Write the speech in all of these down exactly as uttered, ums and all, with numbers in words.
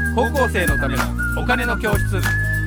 高校生のためのお金の教室。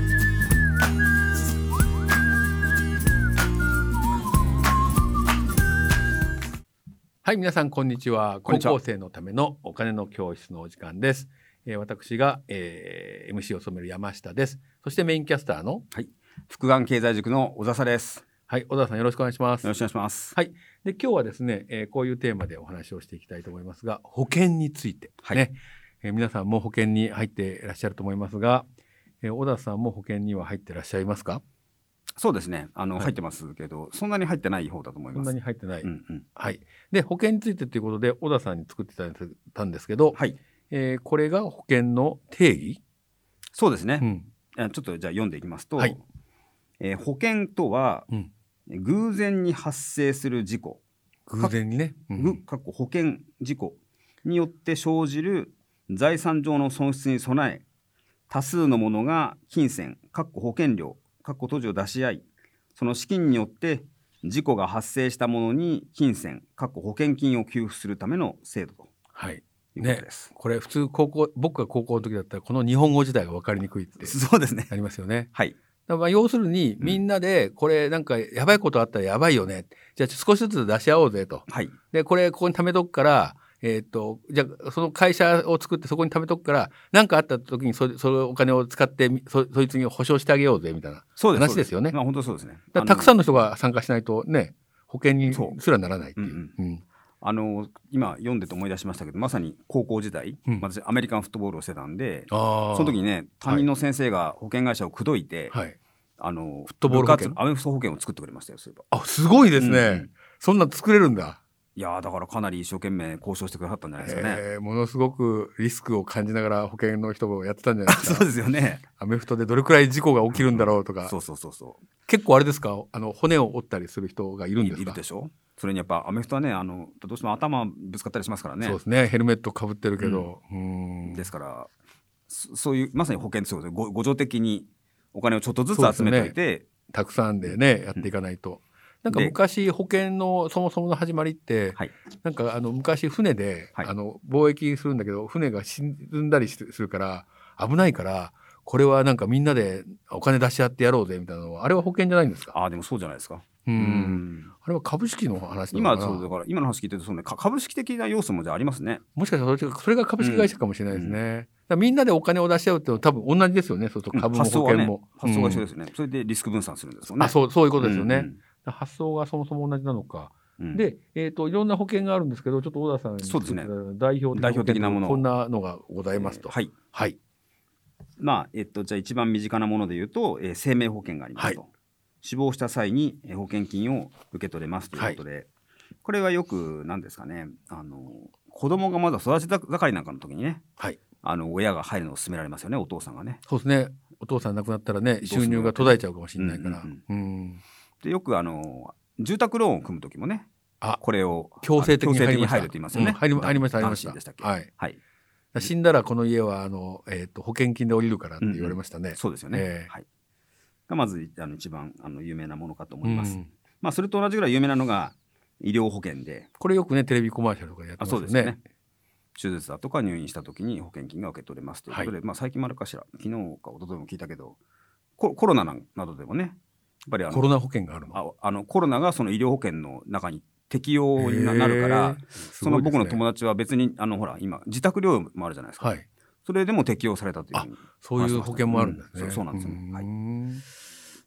はい、皆さんこんにちは。高校生のためのお金の教室のお時間です。えー、私が、えー、エムシー を務める山下です。そしてメインキャスターの、 はい、福眼経済塾の小笹です。 はい、小田さんよろしくお願いします。 よろしくお願いします。 はい、で今日はですね、えー、こういうテーマでお話をしていきたいと思いますが、保険について、 はい、 ね、えー、皆さんも保険に入っていらっしゃると思いますが、えー、小田さんも保険には入っていらっしゃいますか？ そうですね、あの、はい、入ってますけど、そんなに入ってない方だと思います。 そんなに入ってない、 うんうん、 はい。で保険についてということで小田さんに作っていただいたんですけど、 はい、 えー、これが保険の定義？ そうですね、 うん、 ちょっとじゃあ読んでいきますと、 はい、 えー、保険とは、うん、偶然に発生する事故、 偶然にね、 うん、かっこ保険事故によって生じる財産上の損失に備え、多数の者が金銭かっこ保険料かっこ土地を出し合い、その資金によって事故が発生した者に金銭かっこ保険金を給付するための制度と、 はい、 いうことです。 ね、これ普通高校僕が高校の時だったらこの日本語自体が分かりにくいってそうですね、 ありますよね。 はい。 だから要するにみんなでこれなんかやばいことあったらやばいよね、じゃあ少しずつ出し合おうぜと、 はい、 でこれここに貯めとくから、えー、とじゃあその会社を作ってそこに貯めとくから何かあった時に そ, そのお金を使って そ, そいつに保証してあげようぜみたいな話ですよね。 まあ、本当そうですね。 だたくさんの人が参加しないとね保険にすらならないっていう。うんうんうん、 あの今読んでて思い出しましたけど、まさに高校時代、うん、私アメリカンフットボールをしてたんで、その時にね担任の先生が保険会社を口説いて、はい、あのフットボール保険アメフト保険を作ってくれましたよ。そういえば。 あ、すごいですね、 うんうん、 そんな作れるんだ。 いやだからかなり一生懸命交渉してくださったんじゃないですかね。 えー、ものすごくリスクを感じながら保険の人がやってたんじゃないですか。 そうですよね。 アメフトでどれくらい事故が起きるんだろうとか、 うん、そうそうそうそう。 結構あれですか、あの骨を折ったりする人がいるんですか？ いるでしょ。それにやっぱアメフトはね、あのどうしても頭ぶつかったりしますからね。 そうですね、ヘルメットかぶってるけど、 うん、うんですからそ, そういうまさに保険ってそうです。ご互助的にお金をちょっとずつ集めておいて、 ね、たくさんでねやっていかないと、うん、なんか昔保険のそもそもの始まりって、はい、なんかあの昔船で、はい、あの貿易するんだけど船が沈んだりするから危ないからこれはなんかみんなでお金出し合ってやろうぜみたいなのはあれは保険じゃないんですか？ あでもそうじゃないですか。 うんうんあれは株式の話なのかな。 今そうだから今の話聞いてるとそう、ね、株式的な要素もじゃありますね。 もしかしたらそれが株式会社かもしれないですね、うんうん、だみんなでお金を出し合うっていうのは多分同じですよね。そうすると株も保険も、 うん、発想が一緒ですね、うん、それでリスク分散するんですよね。 あ そう、そういうことですよね、うんうん、発想がそもそも同じなのか、うん、で、えーと、いろんな保険があるんですけどちょっと小田さんにそうですね代表的なものこんなのがございますと、 えー、はい、 はい、 まあえっと、じゃあ一番身近なものでいうと、えー、生命保険がありますと、はい、死亡した際に保険金を受け取れますということで、はい、これはよく何ですかね、あの子供がまだ育ち盛りなんかの時にね、はい、あの親が入るのを勧められますよね。お父さんがね。 そうですね、お父さん亡くなったらね収入が途絶えちゃうかもしれないから、うんうんうん、 でよくあの住宅ローンを組む時もね、あこれを強制的に入ると言いますよね、うん、 入りました入りました、 でしたっけ、 はいはい、 死んだらこの家はあの、えー、と保険金で降りるからって言われましたね、うんうん、 そうですよね、えーはい、がまずあの一番あの有名なものかと思います、うんまあ、それと同じぐらい有名なのが医療保険で、これよくねテレビコマーシャルとかやってますよね。あそうですよね。 手術だとか入院した時に保険金が受け取れますということで、はい、まあ、最近もあるかしら、昨日か一昨日も聞いたけど コ, コロナなどでもねやっぱりあのコロナ保険があるのあ, あのコロナがその医療保険の中に適用になるから、その僕の友達は別にあのほら今自宅療養もあるじゃないですか、はい、それでも適用されたというふうに、 あそういう保険もあるんですね、 うん、そ, そうなんですよ、はい、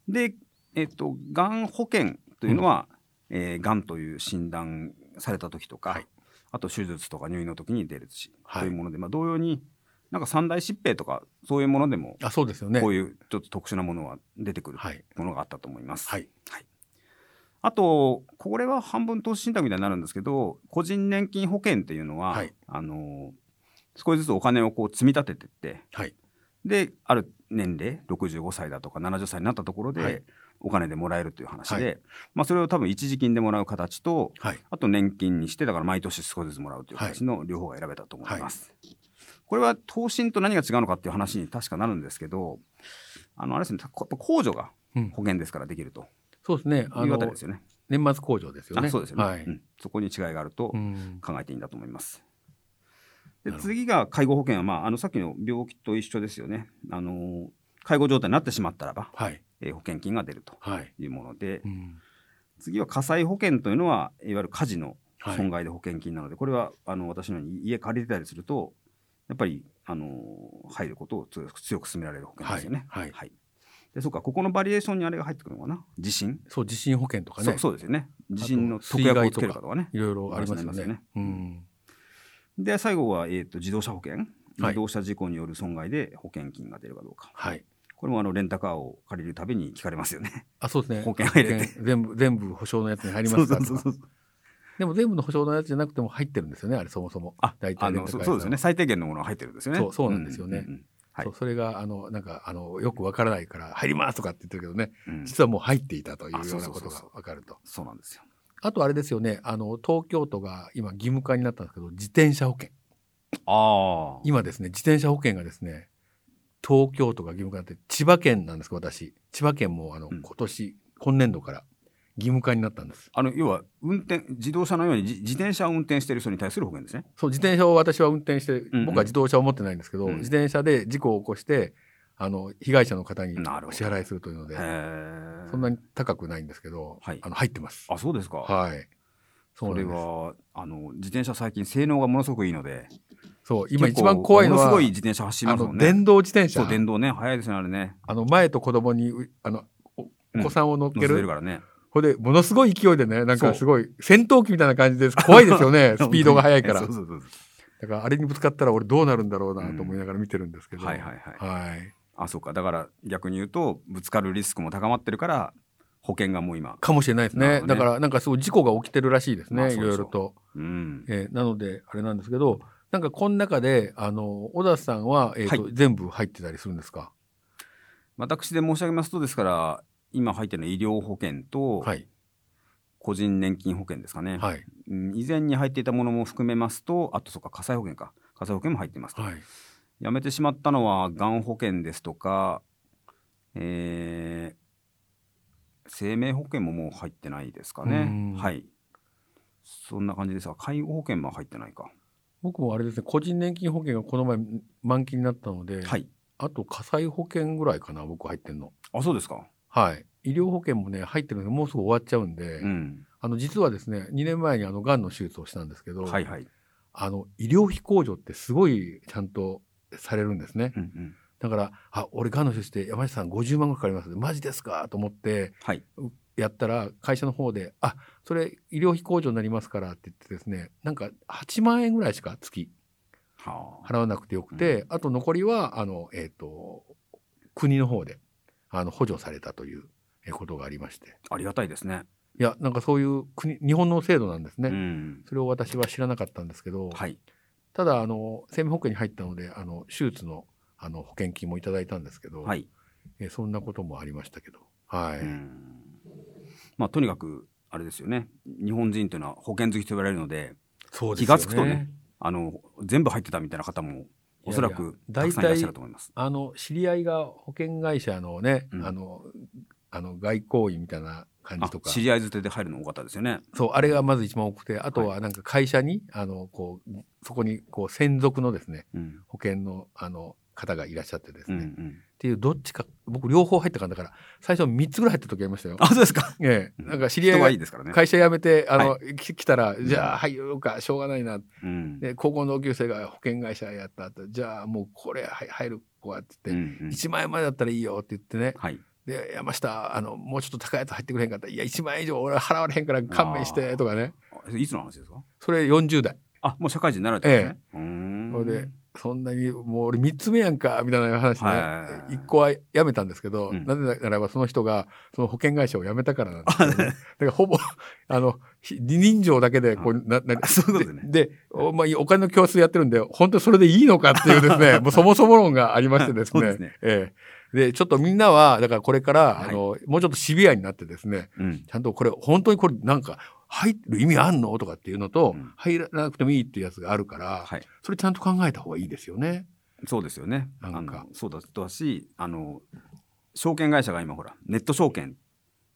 で、えっと、がん保険というのは、うんえー、がんという診断された時とか、はい、あと手術とか入院の時に出るし、はい、というもので、まあ、同様になんか三大疾病とかそういうものでもあそうですよね、 こういうちょっと特殊なものは出てくるものがあったと思います、 はいはい、あとこれは半分投資信託みたいになるんですけど、個人年金保険っていうのは、はい、あの少しずつお金をこう積み立てていって、はい、である年齢ろくじゅうごさいだとかななじゅっさいになったところで、はい、お金でもらえるという話で、はいまあ、それを多分一時金でもらう形と、はい、あと年金にしてだから毎年少しずつもらうという形の両方が選べたと思います、はい、これは投資と何が違うのかっていう話に確かなるんですけど、あのあれですね、控除が保険ですからできると、うん、 そうですね、 いうあたりですよね。 年末控除ですよね。 あそうですよね、 はいうん、そこに違いがあると考えていいんだと思います、 で次が介護保険は、まあ、あのさっきの病気と一緒ですよね。あの介護状態になってしまったらば、はい、えー、保険金が出るというもので、はい、うん、次は火災保険というのはいわゆる火事の損害で保険金なので、はい、これはあの私のように家借りてたりするとやっぱりあの入ることを強く強く勧められる保険ですよね。はいはいはい、でそうか、ここのバリエーションにあれが入ってくるのかな、地震、 そう地震保険とかね、 そう、そうですよね、地震の特約をつけるかとかね、 いろいろありますよね。ね、 うん、で最後は、えーと、自動車保険、自動車事故による損害で保険金が出るかどうか、はい、これもあのレンタカーを借りるたびに聞かれますよね。 あ、そうですね、 保険入れて全部全部保証のやつに入りますかとか。そうそうそうそう、でも全部の保証のやつじゃなくても入ってるんですよね、あれそもそも。 あ、大体レンタカー、そうですよね、最低限のものが入ってるんですよね。 そう、そうなんですよね。うんうんうん、はい、そう、それがあのなんかあのよくわからないから入りますとかって言ってるけどね、うん、実はもう入っていたというようなことがわかると。 そうなんですよ。 あとあれですよね、あの東京都が今義務化になったんですけど、自転車保険。 あ、 今ですね、自転車保険がですね、東京都が義務化になって、千葉県なんですか、私千葉県もあの、うん、今年今年度から義務化になったんです。 あの要は運転、自動車のように自転車を運転している人に対する保険ですね。 そう、自転車を私は運転して、うんうん、僕は自動車を持ってないんですけど、うん、自転車で事故を起こしてあの被害者の方にお支払いするというので、そんなに高くないんですけど、はい、あの入ってます。 あ、そうですか。 はい。 それはあの自転車最近性能がものすごくいいので、 そう今一番怖いのはものすごい自転車走りますもんね。 電動自転車。 そう、電動ね、速いですねあれね。 あの前と子供にあの お, お子さんを乗っける、 うん、乗せるからね。 ほでものすごい勢いでね、なんかすごい戦闘機みたいな感じです。怖いですよねスピードが速いから。そうそうそうそう、だからあれにぶつかったら俺どうなるんだろうなと思いながら見てるんですけど、うん、はいはいはい、はい、 あ、そうか、だから逆に言うとぶつかるリスクも高まってるから保険がもう今かもしれないですね。だからなんかすごい事故が起きてるらしいですね、まあ、そうそういろいろと、うん、えー、なのであれなんですけど、なんかこの中であの小田さんは、えーとはい、全部入ってたりするんですか？ 私で申し上げますとですから今入ってるのは医療保険と、はい、個人年金保険ですかね、はい、うん、以前に入っていたものも含めますと、あとそうか火災保険か火災保険も入っていますと、はい、やめてしまったのはがん保険ですとか、えー生命保険ももう入ってないですかね。はい。そんな感じですが、介護保険も入ってないか。 僕もあれですね、個人年金保険がこの前満期になったので、はい、あと火災保険ぐらいかな、僕入ってんの。 あ、そうですか。 はい。医療保険もね入ってるのでもうすぐ終わっちゃうんで、うん、あの実はですねにねんまえにあのがんの手術をしたんですけど、はいはい、あの医療費控除ってすごいちゃんとされるんですね。うんうん、だからあ俺がんの手術で山下さんごじゅうまんぐらいかかりますマジですかと思って、はい、やったら会社の方であそれ医療費控除になりますからって言ってですね、なんかはちまんえんぐらいしか月払わなくてよくて、うん、あと残りはあの、えーと、国の方であの補助されたということがありまして、 ありがたいですね。 いやなんかそういう国日本の制度なんですね、うん、それを私は知らなかったんですけど、はい、ただあの生命保険に入ったのであの手術のあの保険金もいただいたんですけど、はい、えそんなこともありましたけど、はい、うん、 まあ、とにかくあれですよね、日本人というのは保険好きと言われるので、そうですよね、気がつくとねあの全部入ってたみたいな方もおそらくたくさんいらっしゃると思います。 いやいやあの知り合いが保険会社のね、うん、あのあの外交員みたいな感じとか知り合いづてで入るの多かったですよね。 そうあれがまず一番多くて、あとはなんか会社に、はい、あのこうそこにこう専属のですね、うん、保険のあの方がいらっしゃってですね、うんうん、っていうどっちか僕両方入ったかだから最初みっつぐらい入った時ありましたよ。 あ、そうですか。 ええ、なんか知り合いが会社辞めてあの、はい、来たらじゃあ入ろうかしょうがないな、うん、で高校の同級生が保険会社やったと、じゃあもうこれ入る子はって言って、うんうん、いちまんえんまでだったらいいよって言ってね、はい、で山下あのもうちょっと高いやつ入ってくれへんかったらいやいちまんえん以上俺は払われへんから勘弁してとかね。 いつの話ですか？ それよんじゅう代。 あ、もう社会人になられてるんですね。ええ、うーん、 それでそんなにもう俺みっつめやんかみたいな話ね、はい、いっこは辞めたんですけど、うん、なぜならばその人がその保険会社を辞めたからなんですよ、ね、だからほぼあの二人情だけでこうななそういうことね。 で、お, まあ、お金の教室やってるんで本当にそれでいいのかっていうですねもうそもそも論がありましてですね、そうですね、ええ、でちょっとみんなはだからこれから、はい、あのもうちょっとシビアになってですね、うん、ちゃんとこれ本当にこれなんか入る意味あんのとかっていうのと、うん、入らなくてもいいっていうやつがあるから、はい、それちゃんと考えた方がいいですよね。 そうですよね。なんかそうだとし、あの証券会社が今ほらネット証券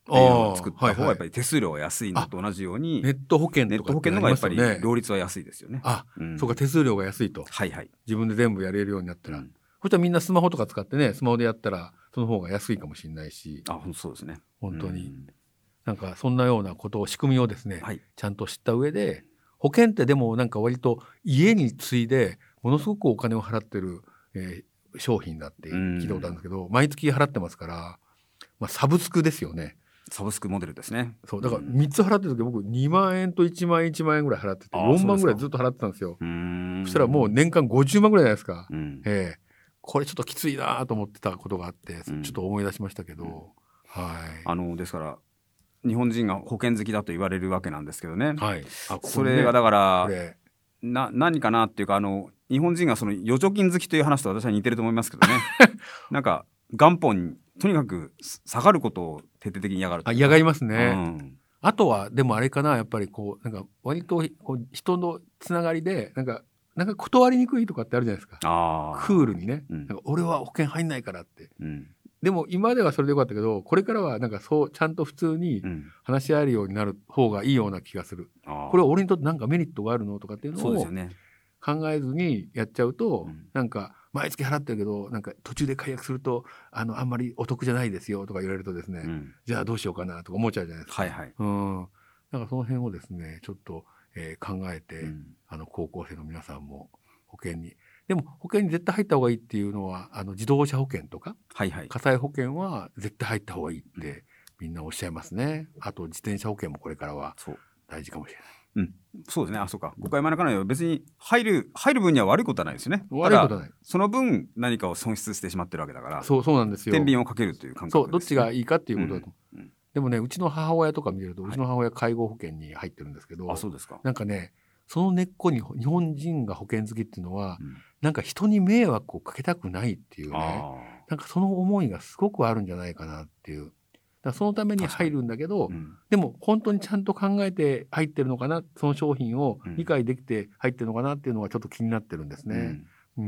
っていうのを作った方がやっぱり手数料が安いのと同じように、 ネット保険とか、 ネット保険の方がやっぱり両立は安いですよね。 あ、うん、そうか、手数料が安いと、 はいはい、 自分で全部やれるようになったら、うん、そしたらみんなスマホとか使ってね、スマホでやったらその方が安いかもしれないし、 あ、本当そうですね、 本当に、うん、なんかそんなようなことを仕組みをですね、はい、ちゃんと知った上で、保険ってでもなんか割と家に次いでものすごくお金を払ってる、えー、商品だって聞いたことあるんですけど、毎月払ってますから、まあ、サブスクですよね。 サブスクモデルですね。 そうだからみっつ払ってる時、僕にまんえんといちまんえんいちまんえんぐらい払ってて、よんまんぐらいずっと払ってたんですよ。うーん、そしたらもう年間ごじゅうまんぐらいじゃないですか、うん、えー、これちょっときついなと思ってたことがあって、うん、ちょっと思い出しましたけど、うん、はい、 あのですから日本人が保険好きだと言われるわけなんですけどね、 はい、 あ、ここね、それがだからな何かなっていうか、あの日本人がその預貯金好きという話と私は似てると思いますけどねなんか元本にとにかく下がることを徹底的に嫌がる。 あ、嫌がりますね、うん、あとはでもあれかな、やっぱりこうなんか割とこう人のつながりでなんかなんか断りにくいとかってあるじゃないですか。あ、クールにね、うん、なんか俺は保険入んないからって、うん、でも今まではそれでよかったけど、これからはなんかそうちゃんと普通に話し合えるようになる方がいいような気がする、うん、これは俺にとってなんかメリットがあるのとかっていうのを考えずにやっちゃうと、うん、なんか毎月払ってるけどなんか途中で解約すると あのあんまりお得じゃないですよとか言われるとですね、うん、じゃあどうしようかなとか思っちゃうじゃないですか、はいはい、うん、なんかその辺をですねちょっと、えー、考えて、うん、あの高校生の皆さんも保険に、でも保険に絶対入った方がいいっていうのはあの自動車保険とか、はいはい、火災保険は絶対入った方がいいってみんなおっしゃいますね。あと自転車保険もこれからは大事かもしれない。 うん、そうですね。あ、そうか。誤解招かないよ。別に入る入る分には悪いことはないですよね。 悪いことはない。 その分何かを損失してしまってるわけだから。 そうそうなんですよ。 天秤をかけるという感覚です、ね。 そう、どっちがいいかっていうことだと、うんうん。でもね、うちの母親とか見ると、うちの母親介護保険に入ってるんですけど、 はい、あ、そうですか。 なんかね、その根っこに日本人が保険好きっていうのは、うん、なんか人に迷惑をかけたくないっていうね、なんかその思いがすごくあるんじゃないかなっていう。だからそのために入るんだけど、うん、でも本当にちゃんと考えて入ってるのかな、その商品を理解できて入ってるのかなっていうのはちょっと気になってるんですね。うん、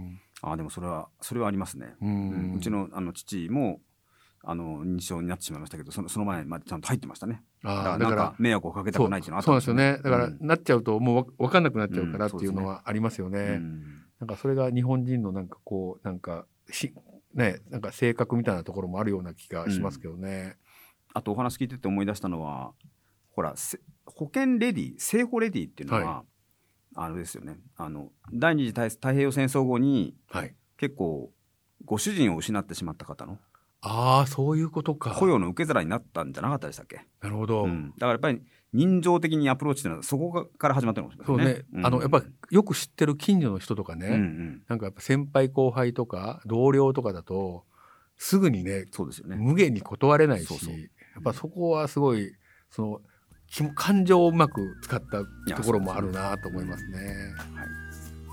うんあでもそれはそれはありますね。うん、うちのあの父もあの認知症になってしまいましたけど、そのその前までちゃんと入ってましたね。あだからなんか迷惑をかけたくないっていうのはあったんですよね。 そうなんですよね。だから、うん、なっちゃうともう分かんなくなっちゃうからっていうのはありますよね。うん、なんかそれが日本人のなんかこうなんかしね、なんか性格みたいなところもあるような気がしますけどね。 うん、あとお話聞いてて思い出したのは、ほら保険レディ生保レディっていうのは、はい、あれですよね。あの第二次太平洋戦争後に、はい、結構ご主人を失ってしまった方のああそういうことか雇用の受け皿になったんじゃなかったでしたっけ。 なるほど、 うん、だからやっぱり人情的にアプローチっていうのはそこから始まってるんですよね。 そうね、うん、あのやっぱりよく知ってる近所の人とかね、うんうん、なんかやっぱ先輩後輩とか同僚とかだとすぐにね、そうですよね、無限に断れないし、そうそう、やっぱそこはすごいその感情をうまく使ったところもあるなと思いますね。はい、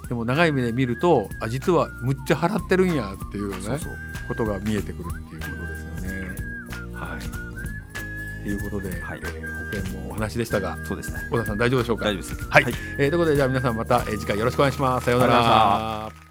でも長い目で見るとあ実はむっちゃ払ってるんやっていうね、そうそうことが見えてくるっていうことですよね。はい。ということで、はい、えー、保険のお話でしたが、 そうですね。 小田さん大丈夫でしょうか。 大丈夫です。 はい。はい、えー、ということでじゃあ皆さんまた、えー、次回よろしくお願いします。さようなら。